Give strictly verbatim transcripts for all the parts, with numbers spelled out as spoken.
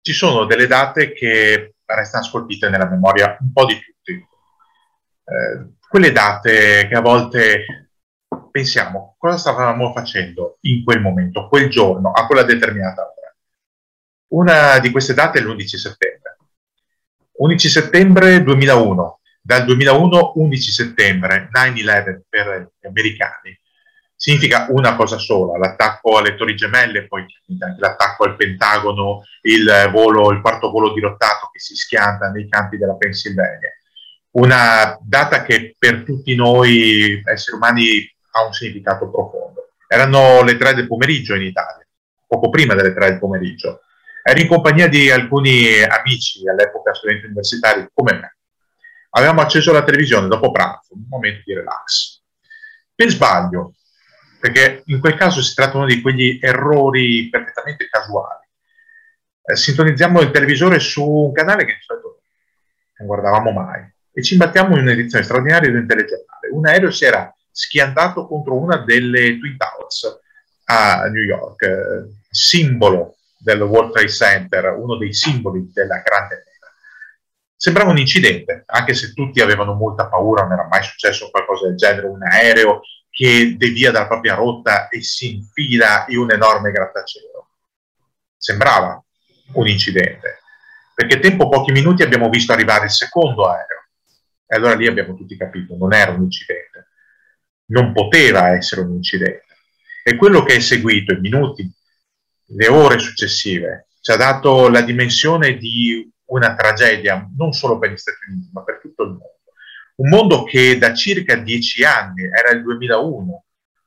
Ci sono delle date che restano scolpite nella memoria un po' di tutti. Eh, quelle date che a volte pensiamo cosa stavamo facendo in quel momento, quel giorno, a quella determinata ora. Una di queste date è l'undici settembre. undici settembre duemilauno. Dal duemilauno, undici settembre, nove undici per gli americani, significa una cosa sola: l'attacco alle Torri Gemelle, poi l'attacco al Pentagono, il volo, il quarto volo dirottato che si schianta nei campi della Pennsylvania. Una data che per tutti noi esseri umani ha un significato profondo. Erano le tre del pomeriggio in Italia, poco prima delle tre del pomeriggio. Ero in compagnia di alcuni amici, all'epoca studenti universitari come me. Avevamo acceso la televisione dopo pranzo, un momento di relax. Per sbaglio, perché in quel caso si tratta di quegli errori perfettamente casuali, eh, sintonizziamo il televisore su un canale che di solito non guardavamo mai e ci imbattiamo in un'edizione straordinaria di un telegiornale. Un aereo si era schiantato contro una delle Twin Towers a New York, eh, simbolo del World Trade Center, uno dei simboli della grande nera. Sembrava un incidente, anche se tutti avevano molta paura, non era mai successo qualcosa del genere, un aereo che devia dalla propria rotta e si infila in un enorme grattacielo. Sembrava un incidente, perché tempo pochi minuti abbiamo visto arrivare il secondo aereo, e allora lì abbiamo tutti capito, non era un incidente, non poteva essere un incidente. E quello che è seguito, i minuti, le ore successive, ci ha dato la dimensione di una tragedia, non solo per gli Stati Uniti, ma per tutto il mondo. Un mondo che da circa dieci anni, era il duemilauno,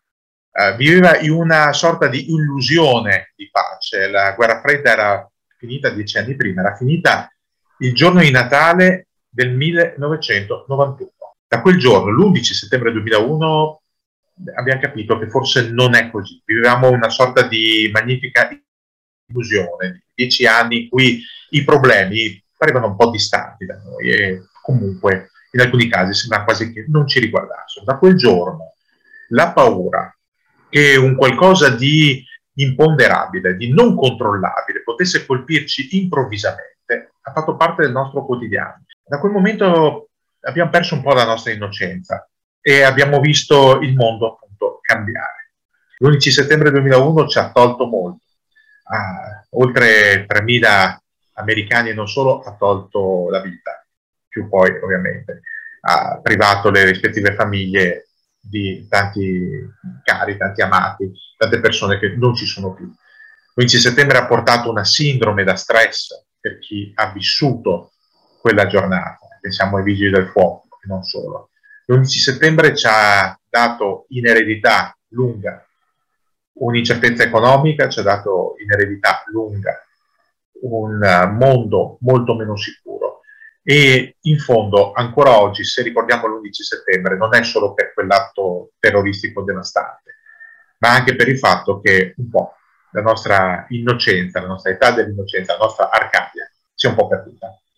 eh, viveva in una sorta di illusione di pace. La guerra fredda era finita dieci anni prima, era finita il giorno di Natale del millenovecentonovantuno. Da quel giorno, l'undici settembre duemilauno, abbiamo capito che forse non è così. Vivevamo una sorta di magnifica illusione, dieci anni in cui i problemi parevano un po' distanti da noi e comunque in alcuni casi sembra quasi che non ci riguardassero. Da quel giorno la paura che un qualcosa di imponderabile, di non controllabile potesse colpirci improvvisamente ha fatto parte del nostro quotidiano. Da quel momento abbiamo perso un po' la nostra innocenza e abbiamo visto il mondo appunto cambiare. L'undici settembre duemilauno ci ha tolto molto. Ah, oltre tremila americani e non solo ha tolto la vita, più poi ovviamente ha privato le rispettive famiglie di tanti cari, tanti amati, tante persone che non ci sono più. L'undici settembre ha portato una sindrome da stress per chi ha vissuto quella giornata, pensiamo ai vigili del fuoco e non solo. L'undici settembre ci ha dato in eredità lunga un'incertezza economica, ci ha dato in eredità lunga un mondo molto meno sicuro e in fondo ancora oggi, se ricordiamo l'undici settembre, non è solo per quell'atto terroristico devastante, ma anche per il fatto che un po' la nostra innocenza, la nostra età dell'innocenza, la nostra Arcadia si è un po' perduta.